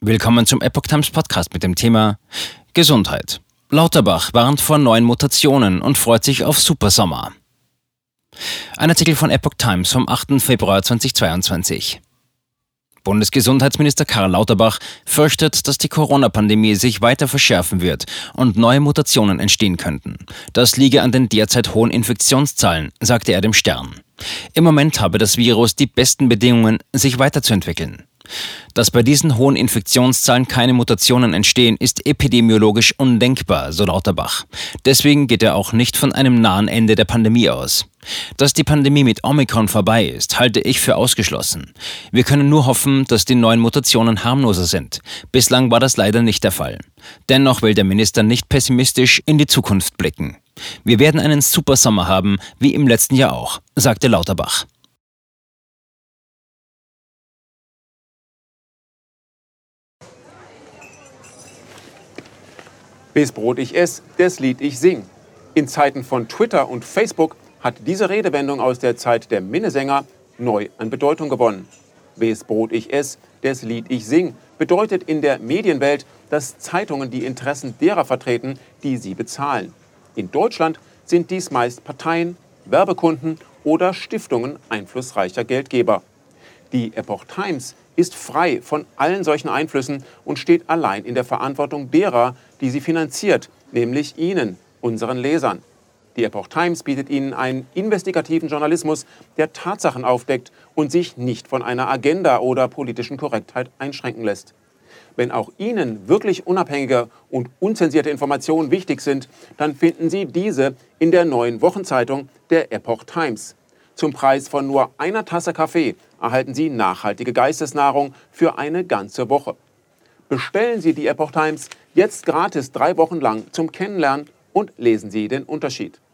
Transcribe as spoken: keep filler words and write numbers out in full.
Willkommen zum Epoch Times Podcast mit dem Thema Gesundheit. Lauterbach warnt vor neuen Mutationen und freut sich auf Supersommer. Ein Artikel von Epoch Times vom achten Februar zweitausendzweiundzwanzig. Bundesgesundheitsminister Karl Lauterbach fürchtet, dass die Corona-Pandemie sich weiter verschärfen wird und neue Mutationen entstehen könnten. Das liege an den derzeit hohen Infektionszahlen, sagte er dem Stern. Im Moment habe das Virus die besten Bedingungen, sich weiterzuentwickeln. Dass bei diesen hohen Infektionszahlen keine Mutationen entstehen, ist epidemiologisch undenkbar, so Lauterbach. Deswegen geht er auch nicht von einem nahen Ende der Pandemie aus. Dass die Pandemie mit Omikron vorbei ist, halte ich für ausgeschlossen. Wir können nur hoffen, dass die neuen Mutationen harmloser sind. Bislang war das leider nicht der Fall. Dennoch will der Minister nicht pessimistisch in die Zukunft blicken. Wir werden einen Supersommer haben, wie im letzten Jahr auch, sagte Lauterbach. Wes Brot ich ess, des Lied ich sing. In Zeiten von Twitter und Facebook hat diese Redewendung aus der Zeit der Minnesänger neu an Bedeutung gewonnen. Wes Brot ich ess, des Lied ich sing bedeutet in der Medienwelt, dass Zeitungen die Interessen derer vertreten, die sie bezahlen. In Deutschland sind dies meist Parteien, Werbekunden oder Stiftungen einflussreicher Geldgeber. Die Epoch Times ist frei von allen solchen Einflüssen und steht allein in der Verantwortung derer, die sie finanziert, nämlich Ihnen, unseren Lesern. Die Epoch Times bietet Ihnen einen investigativen Journalismus, der Tatsachen aufdeckt und sich nicht von einer Agenda oder politischen Korrektheit einschränken lässt. Wenn auch Ihnen wirklich unabhängige und unzensierte Informationen wichtig sind, dann finden Sie diese in der neuen Wochenzeitung der Epoch Times. Zum Preis von nur einer Tasse Kaffee erhalten Sie nachhaltige Geistesnahrung für eine ganze Woche. Bestellen Sie die Epoch Times jetzt gratis drei Wochen lang zum Kennenlernen und lesen Sie den Unterschied.